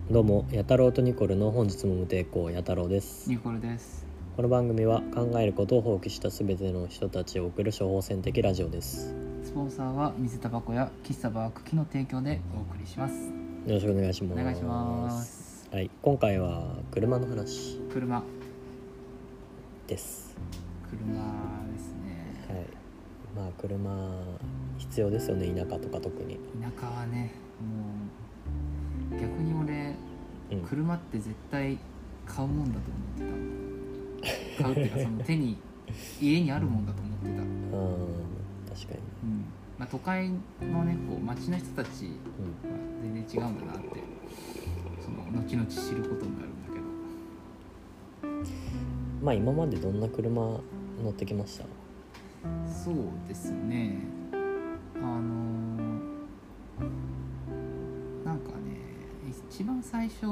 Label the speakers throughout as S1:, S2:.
S1: どうも、やたろうとニコルの本日も無抵抗やたろうです。
S2: ニコルです。
S1: この番組は考えることを放棄したすべての人たちを送る処方箋的ラジオです。
S2: スポンサーは水タバコや喫茶バークキの提供でお送りします。
S1: よろしくお願いします。
S2: お願いします。
S1: はい、今回は車の話
S2: 車
S1: です。
S2: ですね。
S1: はい、まあ車必要ですよね、田舎とか特に。
S2: 田舎はね、もう逆に俺、車って絶対買うもんだと思ってた。買うっていうかその家にあるもんだと思ってた。
S1: 確かに。
S2: まあ、都会のね、こう街の人たちは全然違うんだなって、その後々知ることになるんだけど。
S1: まあ今までどんな車乗ってきました？
S2: そうですね。なんかね、一番最初、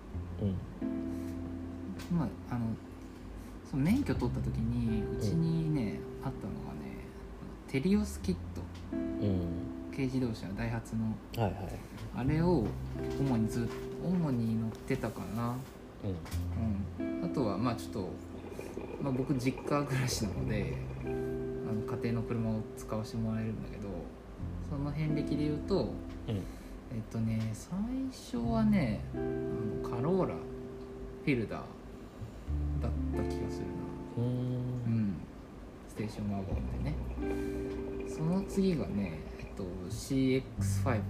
S2: まあその免許取った時にうちにね、あったのがね、テリオスキット、軽自動車ダイハツの、あれを主に乗ってたかな。あとはまあちょっと、僕実家暮らしなので家庭の車を使わせてもらえるんだけど、その遍歴で言うと、最初はね、カローラフィルダーだった気がするな。ステーションワゴンでね。その次がね、CX5。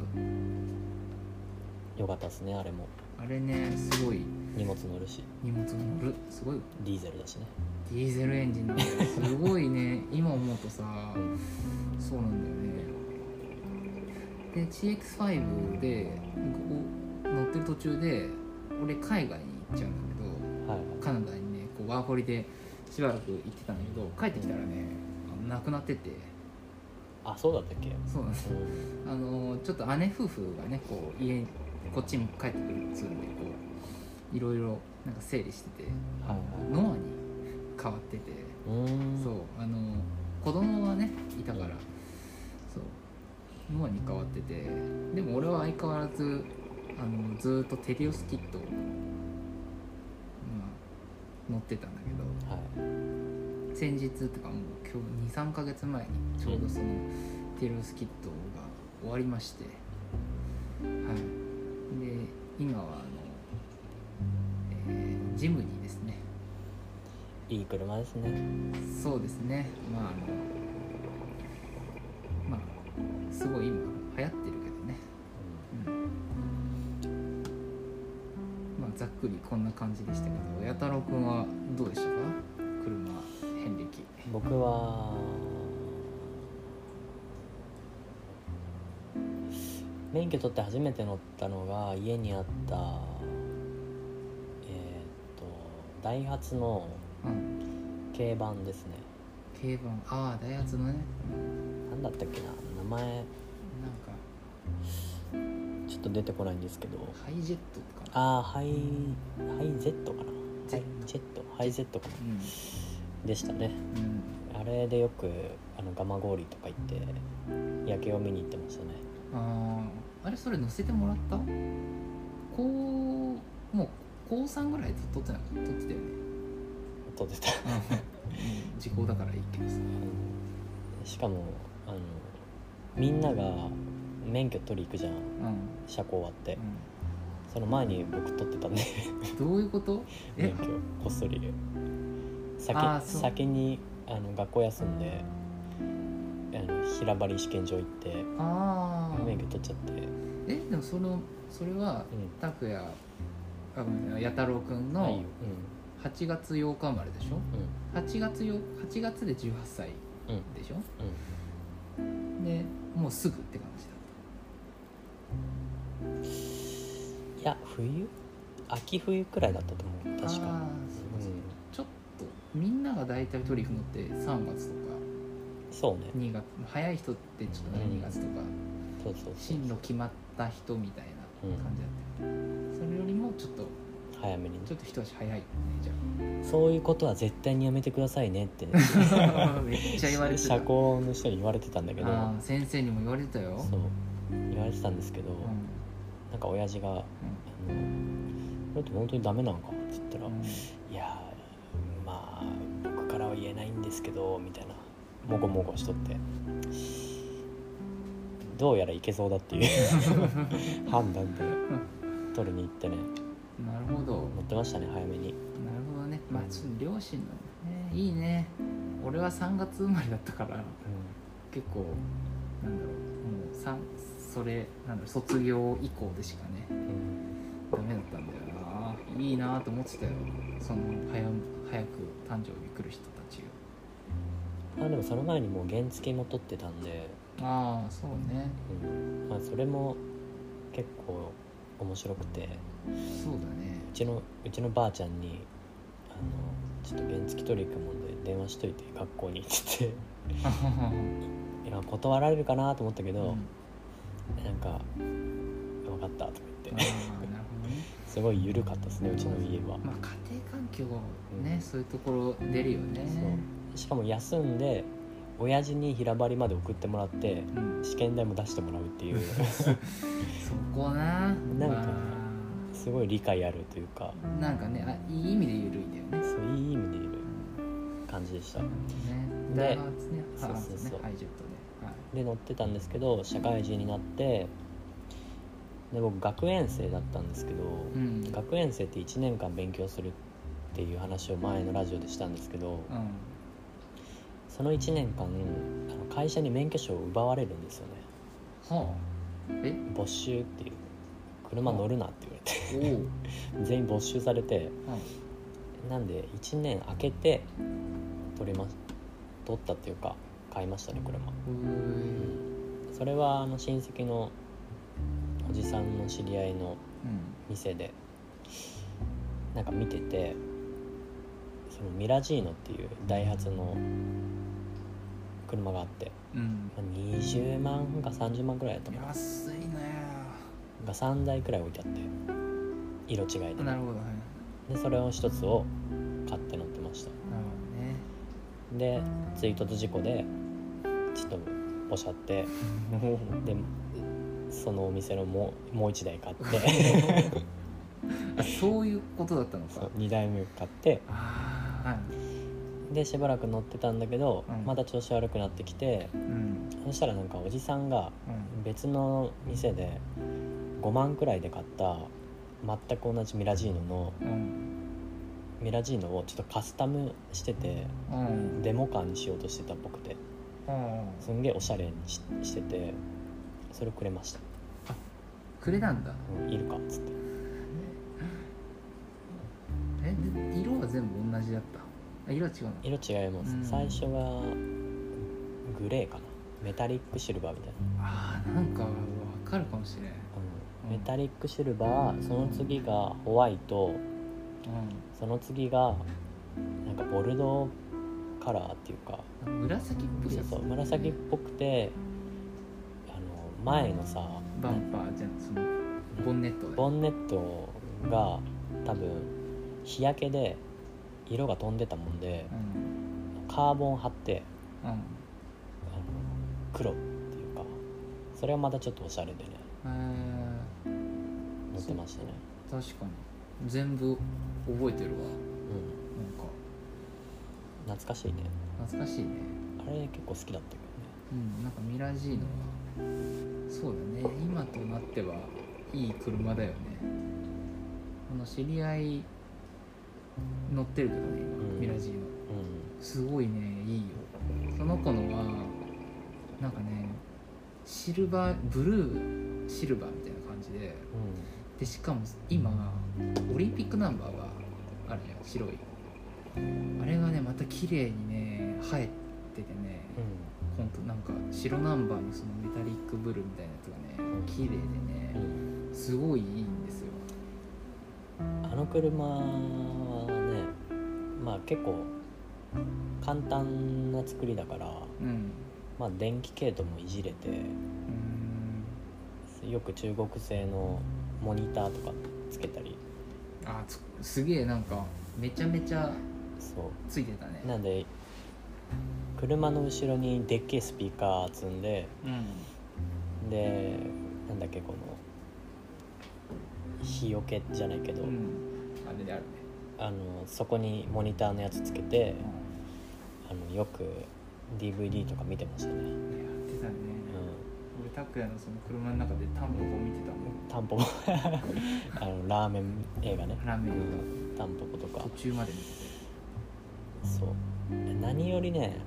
S1: よかったですね、あれも。
S2: あれね、すごい
S1: 荷物乗るし。
S2: すごい
S1: ディーゼルだしね。
S2: ディーゼルエンジンなんだよ。すごいね。今思うとさ、そうなんだよね。で CX5 で乗ってる途中で俺海外に行っちゃうんだけど、カナダにね、こうワーホリでしばらく行ってたんだけど、帰ってきたらね、亡くなってて。
S1: あ、そうだったっけ？
S2: そうなんです。ちょっと姉夫婦がね、こうこっちに帰ってくるっつうんで、こういろいろなんか整理してて、ノアに変わってて、そう、子供がねいたから、そうノアに変わってて、でも俺は相変わらずずっとテリオスキットを、乗ってたんだけど、先日とかもう今日 2,3 ヶ月前にちょうどそのテリオスキットが終わりまして、で今はジムニーですね。い
S1: い車ですね。
S2: そうですね。すごい今流行ってるけどね。ざっくりこんな感じでしたけど、やたろうくんはどうでしたか？車遍歴。
S1: 僕は免許取って初めて乗ったのが家にあったダイハツの軽バンですね。
S2: 軽バン、ダイハツのね。
S1: なんだったっけな、名前なんかちょっと出てこないんですけど、
S2: ハイジェットとか
S1: ハイゼットかな、ハイゼットかな、でしたね。あれでよく蒲郡とか行って夜景を見に行ってましたね。
S2: あれ、それ乗せてもらった？もう高3ぐらいで撮ってたよね。
S1: 撮ってた
S2: 時効だからいいけどさ、
S1: しかもみんなが免許取り行くじゃん、車高終わって、その前に僕取ってたんで
S2: どういうこと？
S1: 免許こっそり先に学校休んで平張り試験場行って免許取っちゃって。
S2: でもそれは拓也、やたろうくんの8月8日生まれでしょ。8月で18歳でしょ。でもうすぐって感じだった。いや、
S1: 秋冬くらいだったと思う、確か。
S2: ちょっとみんなが大体トリュフ乗って3月とか、
S1: そうね、
S2: 2月、早い人ってちょっと2月とか、進路決まった人みたいな感じだった。それよりもちょっと
S1: 早めに、
S2: ちょっと一足早いね。じゃ
S1: あそういうことは絶対にやめてくださいねって
S2: めっちゃ言われてた。
S1: 車高の人に言われてたんだけど、
S2: 先生にも言われてたよ。
S1: そう言われてたんですけど、 なんか親父が、これって本当にダメなのかって言ったら、いやまあ僕からは言えないんですけどみたいなもごもごしとって、どうやらいけそうだっていう判断で取りに行ってね。
S2: なるほど、
S1: 乗ってましたね早めに。
S2: なるほどね。まあその両親のねいいね。俺は3月生まれだったから、結構なんだろう、もうそれなんだろう、卒業以降でしかね、ダメだったんだよな。いいなと思ってたよ、その早く誕生日来る人たち
S1: が。でもその前にもう原付も取ってたんで。
S2: ああそうね、
S1: まあ、それも結構面白くて。
S2: そうだね。
S1: うちのばあちゃんにちょっと原付取り行くもんで電話しといて学校にっていや断られるかなと思ったけど、なんか分かったとか言って
S2: なるほどね
S1: すごい緩かったですね、うちの家は。
S2: まあ家庭環境ね、そういうところ出るよね。
S1: そう、しかも休んで親父に平張りまで送ってもらって、試験代も出してもらうっていう
S2: そこな、
S1: なんかすごい理解あるというか、
S2: なんかね、いい意味で緩いんだよね。
S1: そう、いい意味で緩い感じでした、
S2: で、ハイジェット
S1: で乗ってたんですけど、社会人になってで僕学園生だったんですけど、学園生って1年間勉強するっていう話を前のラジオでしたんですけど、その1年間会社に免許証を奪われるんですよね。没収っていう、車乗るなって言われて全員没収されて、なんで1年空けて取ったっていうか買いましたね、車。それは親戚のおじさんの知り合いの店でなんか見てて、そのミラジーノっていうダイハツの車があって、20万か30万くらいだったかな。
S2: 安いね。
S1: が3台くらい置いてあって、色違いで。
S2: なるほど、
S1: でそれを一つを買って乗ってました。で追突事故でちょっとポシャってでそのお店のもう1台買って
S2: そういうことだったのか。
S1: 2台目買って、でしばらく乗ってたんだけど、また調子悪くなってきて、そしたらなんかおじさんが別の店で5万くらいで買った全く同じミラジーノの、ミラジーノをちょっとカスタムしてて、デモカーにしようとしてたっぽくて、すんげえおしゃれに してて、それをくれました。
S2: くれたんだ。
S1: いるかっつって。
S2: で色は全部同じだった。色は違うの？
S1: 色違います、最初がグレーかな、メタリックシルバーみたいな。
S2: なんか分かるかもしれない。
S1: メタリックシルバー、その次がホワイト、その次がなんかボルドーカラーっていうか
S2: 紫っぽいやつ。
S1: そう紫っぽくて、前のさ
S2: バンパーじゃん、そのボンネットで。
S1: ボンネットが多分日焼けで色が飛んでたもんで、カーボン貼って、黒っていうか、それはまたちょっとおしゃれでね、乗ってましたね。
S2: 確かに全部覚えてるわ。
S1: なんか懐かしいね。
S2: 懐かしいね。あ
S1: れ結構好きだったけど
S2: ね。なんかミラジーノはそうだね、今となってはいい車だよね。知り合い乗ってるけどね今、ミラジーノ、すごいね、いいよ。その子のはなんかね、シルバー、ブルーシルバーみたいな感じで、でしかも今オリンピックナンバーがあるじゃん、白い。あれがねまた綺麗にね映えててね、ほんとなんか白ナンバーのそのメタリックブルーみたいなやつがね綺麗でね、すごいいいんですよ。
S1: あの車はね、まあ結構簡単な作りだから、まあ電気系統もいじれて、よく中国製のモニターとかつけたり、
S2: すげえ、なんかめちゃめちゃついてたね。
S1: なんで車の後ろにでっけえスピーカー積んで、でなんだっけ、この日よけじゃないけど、
S2: あれであるね。
S1: そこにモニターのやつつけて、よく DVD とか見てましたね。やって
S2: たね。俺拓也のその車の中でタンポポ見てたもん。
S1: タンポポラーメン映画ね。
S2: ラーメン映
S1: 画、タンポポとか
S2: 途中まで見てて。
S1: そう。何よりね、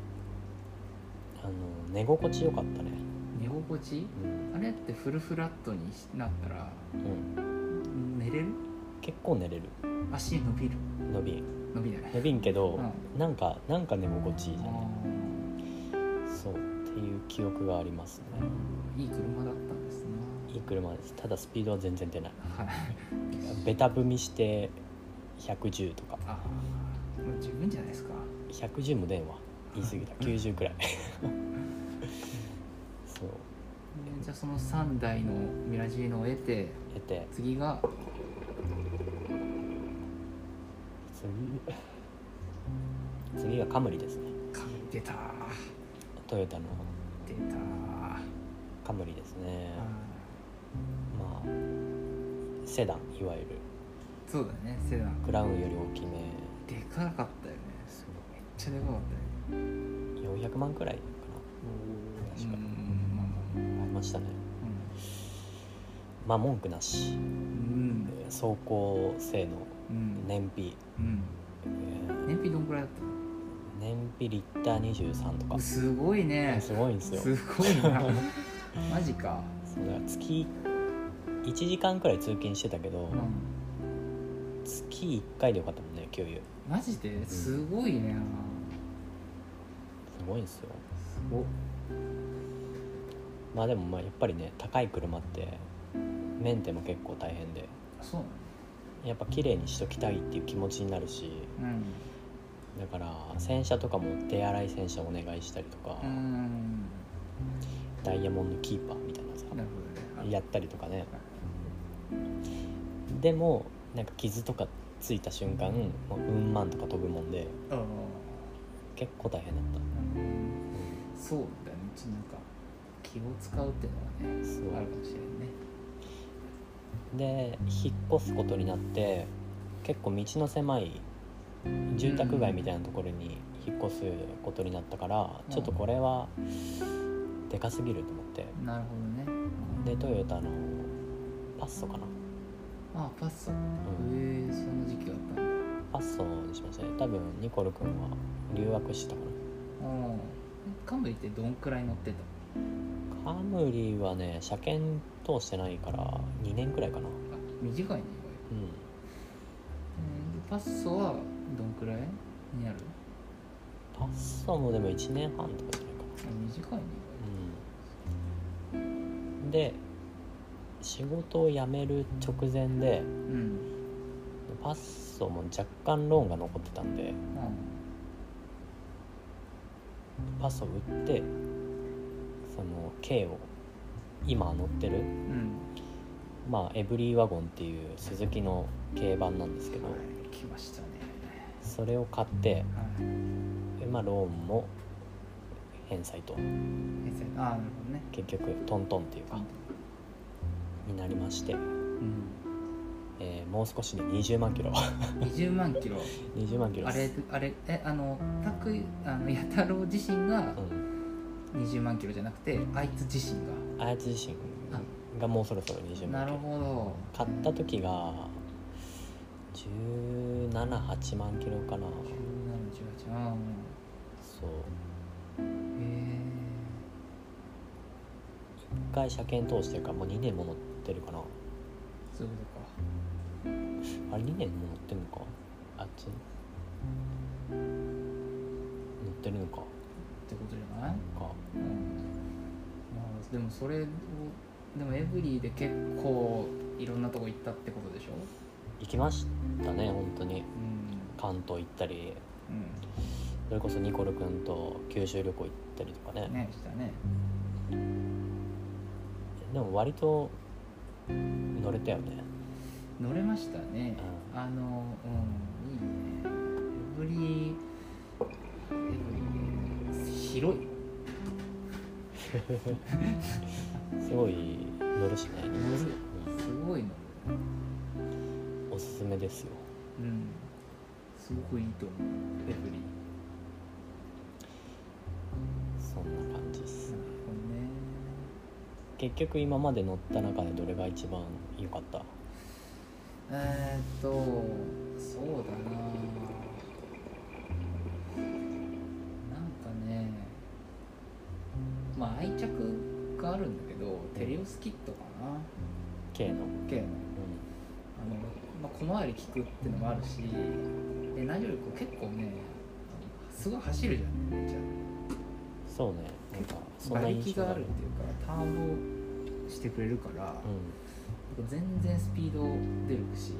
S1: 寝心地よかったね。
S2: 寝心地、あれってフルフラットになったら、寝れる？
S1: 結構寝れる。
S2: 足伸びる？
S1: 伸びん。
S2: 伸びない。
S1: 伸びんけど、なんか寝心地いいじゃん。そうっていう記憶がありますね。
S2: いい車だったんですね。
S1: いい車です。ただスピードは全然出ない。
S2: はい。
S1: ベタ踏みして110とか。
S2: もう十分じゃないですか。
S1: 110も出んわ。言い過ぎた。90くらい。そう。
S2: じゃあその3台のミラジーノを得て次が
S1: 次がカムリですね。
S2: カムリ出た。
S1: トヨタの
S2: 出た
S1: カムリですね。まあセダン、いわゆる。
S2: そうだね、セダン。
S1: クラウンより大きめ。
S2: でかかったよね。めっちゃでかかったよね。
S1: 400万くらいかな。確かに。ありましたね。まあ文句なし。走行性能、燃費。
S2: 燃費どんくらいだったの？
S1: 燃費リッター23とか。
S2: すごいね。
S1: すごいんですよ。
S2: すごいな。マジか。
S1: そうだから月1時間くらい通勤してたけど、月1回でよかったもんね、給油。
S2: マジで？すごいね。
S1: すごいんですよ。
S2: すご。
S1: まあでもやっぱりね、高い車ってメンテも結構大変で。
S2: そうなの？
S1: やっぱ綺麗にしときたいっていう気持ちになるし、だから洗車とかも手洗い洗車お願いしたりとか、ダイヤモンドキーパーみたいなさ、やったりとかね。でもなんか傷とかついた瞬間、もううんまんとか飛ぶもんで、結構大変だった。
S2: そうだね。ちょっとなんか気を使うっていうのはね、あるかもしれないね。
S1: で引っ越すことになって、結構道の狭い住宅街みたいなところに引っ越すことになったから、ちょっとこれはでかすぎると思って。
S2: なるほどね。
S1: でトヨタのパッソかな。
S2: パッソ。その時期があったんだ。
S1: パッソにしましたね。多分ニコル君は留学したかな。
S2: カムリってどんくらい乗ってた？
S1: カムリはね、車検通してないから2年くらいかな。
S2: 短いね、意外。パッソはどんくらいになる？
S1: パッソもでも1年半とかじゃないかな。
S2: 短いね、
S1: 意外。で仕事を辞める直前で、パッソも若干ローンが残ってたんで、パッソ売ってその軽を今乗ってる、まあエブリーワゴンっていうスズキの軽バンなんですけど、
S2: 来ましたね。
S1: それを買って、まあローンも返済と、
S2: なるほどね。
S1: 結局トントンっていうかになりまして、もう少しで20万キロ。
S2: 20万キロ。
S1: 20万キロです。
S2: あれ弥太郎自身が20万キロじゃなくて、あいつ自身が
S1: もうそろそろ20万キロ。
S2: なるほど。
S1: 買った時が17、8万キロかな。17、18。そう。1回車検通してるからもう2年も乗ってるかな。
S2: そういうことか。
S1: あれ2年も乗ってんのか。あっち乗ってるのか
S2: ってことじゃないか。でもそれをでもエブリーで結構いろんなとこ行ったってことでしょ？
S1: 行きましたね、本当に。関東行ったり、それこそニコル君と九州旅行行ったりとかね。
S2: したね。
S1: でも割と乗れたよね。
S2: 乗れましたね。いいね。エブリー広い。
S1: すごい乗るしね。
S2: すごい乗る。
S1: おすすめですよ。
S2: すごくいいと思う。エブリィ
S1: そんな感じです。結局今まで乗った中でどれが一番良かった？
S2: そうだな、なんかね、まあ愛着があるんだけど、テレオスキットかな。
S1: K の、
S2: まあ、小回り利くってのもあるし、で何より結構ね、すごい走るじゃんね、めっちゃ。
S1: そうね、なんかそんな
S2: 馬力があるっていうか、ターボしてくれるから、全然スピード出るし、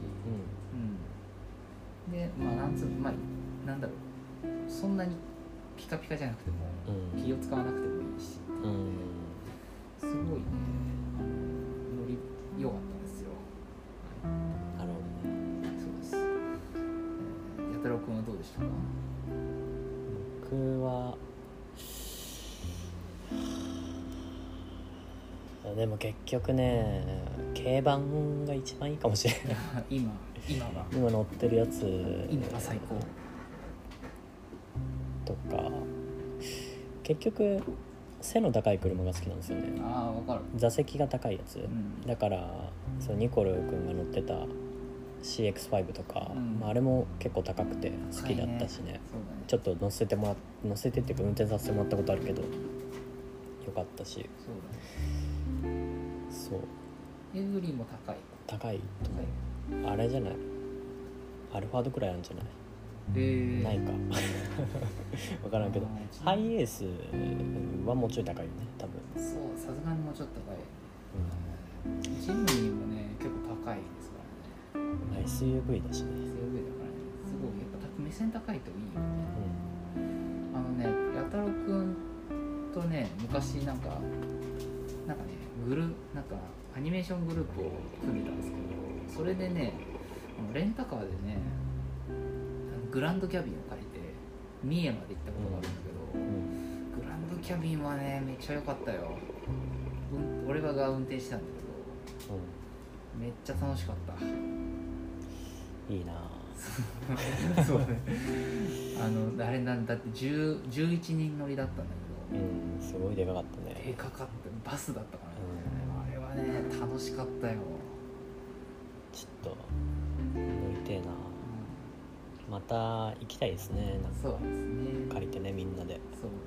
S2: で、まあなんだろう、そんなにピカピカじゃなくても、気を使わなくてもいいし、すごいね、乗り良かったですよ。
S1: なるほどね。
S2: そうです。弥太郎君はどうでしたか？
S1: 僕はでも結局ね、軽バンが一番いいかもしれない。今乗ってるやつ
S2: 今が最高
S1: とか、結局背の高い車が好きなんですよね。
S2: わかる。
S1: 座席が高いやつ、だからそうニコル君が乗ってた CX5 とか、あれも結構高くて好きだったし ね、ちょっと乗せてっていうか運転させてもらったことあるけどよかったし、そう
S2: エブリィも高い
S1: あれじゃない、アルファードくらいあるんじゃない？ないか分からんけど、ハイエースはもうちょい高いよね多分。
S2: そう、さすがにもうちょっと高い、ジムニーもね結構高いですからね。
S1: SUV だしね。
S2: SUV だからね、すごいやっぱ目線高いといいよね。弥太郎くんとね、昔なんかねなんかアニメーショングループを組んでたんですけど、それでね、レンタカーでね、グランドキャビンを借りて三重まで行ったことがあるんだけど、グランドキャビンはねめっちゃ良かったよ。俺が運転してたんだけど、めっちゃ楽しかった。
S1: いいな
S2: そうねあれだって11人乗りだったんだけど、
S1: すごいでかかったね。
S2: でかかった。バスだったからね、あれはね楽しかったよ。
S1: ちょっと乗りてえな、また行きたいですね。なんか
S2: そうですね、
S1: 借りてね、みんなで。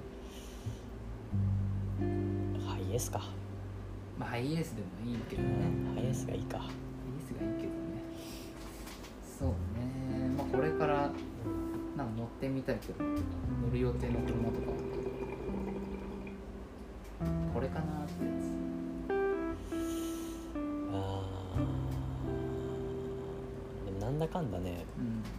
S1: ハイエースか。
S2: まあハイエースでもいいけどね、
S1: ハイエースがいいか。
S2: ハイエースがいいけどね。そうね、まあこれからなんか乗ってみたいけど、乗る予定の車とかこれかなってやつ。
S1: でもなんだかんだね、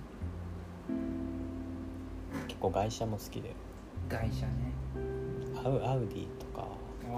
S1: 結構外車も好きで。
S2: 外車ね、
S1: アウディとか、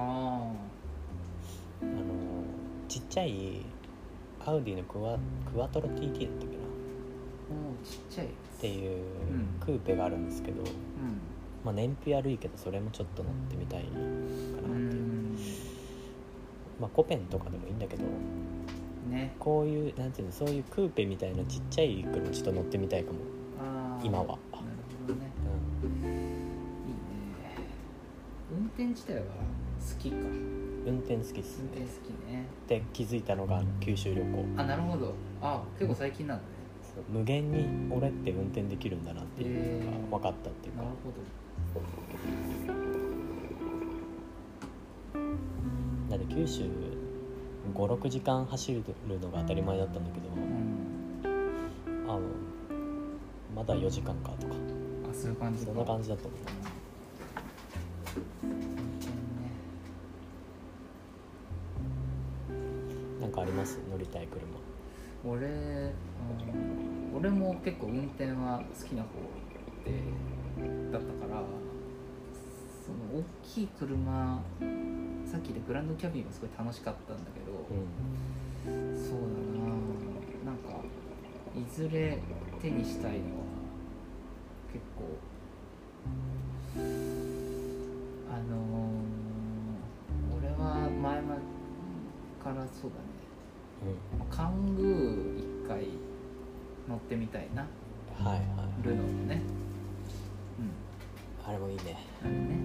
S1: ちっちゃいアウディのクワトロ TT だったっけな、
S2: ちっちゃい
S1: っていうクーペがあるんですけど、まあ燃費悪いけどそれもちょっと乗ってみたいかなっていう、まあコペンとかでもいいんだけどね、こういうなんていうの、そういうクーペみたいなちっちゃい車ちょっと乗ってみたいかも今は。なるほどね、
S2: いいね。運転自体は好きか。
S1: 運転好きっすね。
S2: 運転好きね
S1: で気づいたのが九州旅行。
S2: なるほど。結構最近なんだね。
S1: 無限に俺って運転できるんだなっていうのが分かったっていうか、
S2: なるほ
S1: ど。だって九州 5,6 時間走るのが当たり前だったんだけど、まだ4時間かとか、
S2: そういう感じか。
S1: そんな感じだと思う。なんかあります？乗りたい車。
S2: 俺も結構運転は好きな方だったから、その大きい車、さっきでグランドキャビンはすごい楽しかったんだけど、そうだな、なんかいずれ手にしたいのは結構俺は前々からそうだね、 カングー一回乗ってみたいな。
S1: はいはい、
S2: ルノーのね、
S1: あれもいいね。
S2: あれね、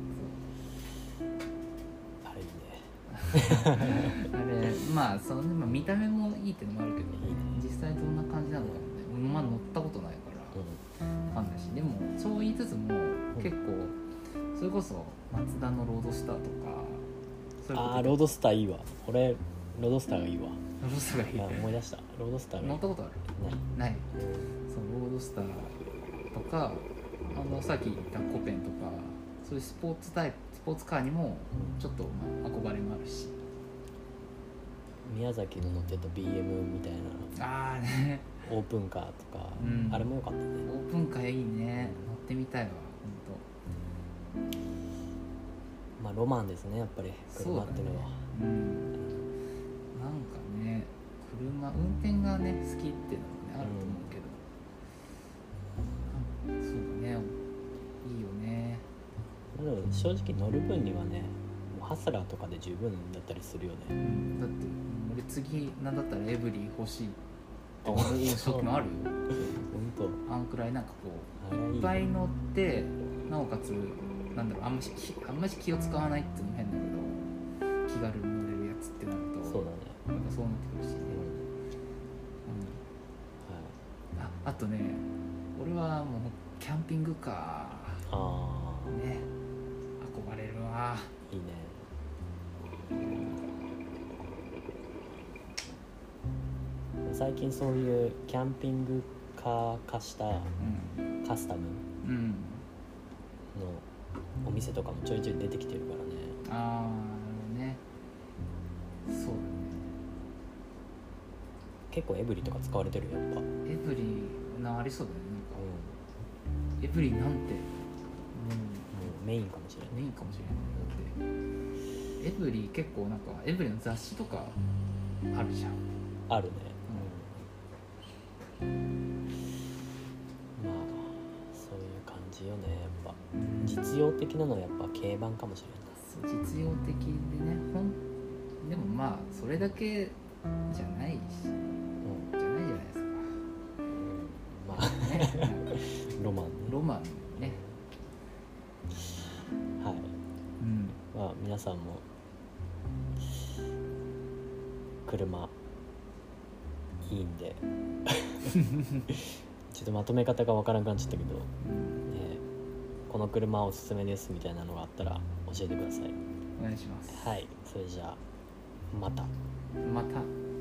S1: あれいいね。
S2: あれまあその見た目もいいってのもあるけど、実際どんな感じなのかもね、まあ乗ったことないから分かんないし、でもそう言いつつも結構それこそマツダのロードスターとか、そういうこと。
S1: ロードスターいいわ。俺ロードスターがいいわ。
S2: ロードスターがいい、
S1: 思い出した。ロードスターがいい。
S2: 乗ったことある？ない。そのロードスターとか、さっき言ったコペンとか、そういうスポーツカーにもちょっと憧れもあるし、
S1: 宮崎の乗ってた BM みたいな
S2: ね、
S1: オープンカーとか、あれも良かったね。
S2: オープンカーいいね、乗ってみたいわ本当。
S1: まあロマンですね、やっぱり車っていうのは。
S2: なんかね、運転がね好きっていうのもねあると思うけど、そうだね、いいよね。
S1: でも正直乗る分にはね、もうハスラーとかで十分だったりするよね。
S2: だって俺次なんだったらエブリィ欲しいって思う時もあるよ。
S1: 本当。
S2: あんくらいなんかこういっぱい乗ってなおかつなんだろう、あんまし気を使わないっていうのも変だけど、気軽に乗れるやつってなると、
S1: そうだね、
S2: なんかそうなってくるしね。あとね、俺はもうキャンピングカーね、憧れるわ。
S1: いいね。最近そういうキャンピングカー化したカスタムのお店とかもちょいちょい出てきてるからね。
S2: ね、そうだね。
S1: 結構エブリとか使われてるよ、やっぱ。
S2: エブリありそうだよね、なんか、エブリなんてもう
S1: メインかもしれない。
S2: メインかもしれない。だってエブリ結構なんかエブリの雑誌とかあるじゃん。
S1: あるね。まあそういう感じよね、やっぱ。実用的なのはやっぱ軽バンかもしれない。
S2: 実用的でね、でもまあそれだけじゃないし、じゃないじゃないですか。
S1: まあねロマンね。はい。まあ皆さんも車いいんでちょっとまとめ方がわからなくなっちゃったけど、この車おすすめですみたいなのがあったら教えてください。
S2: お願いします。
S1: はい、それじゃあまた。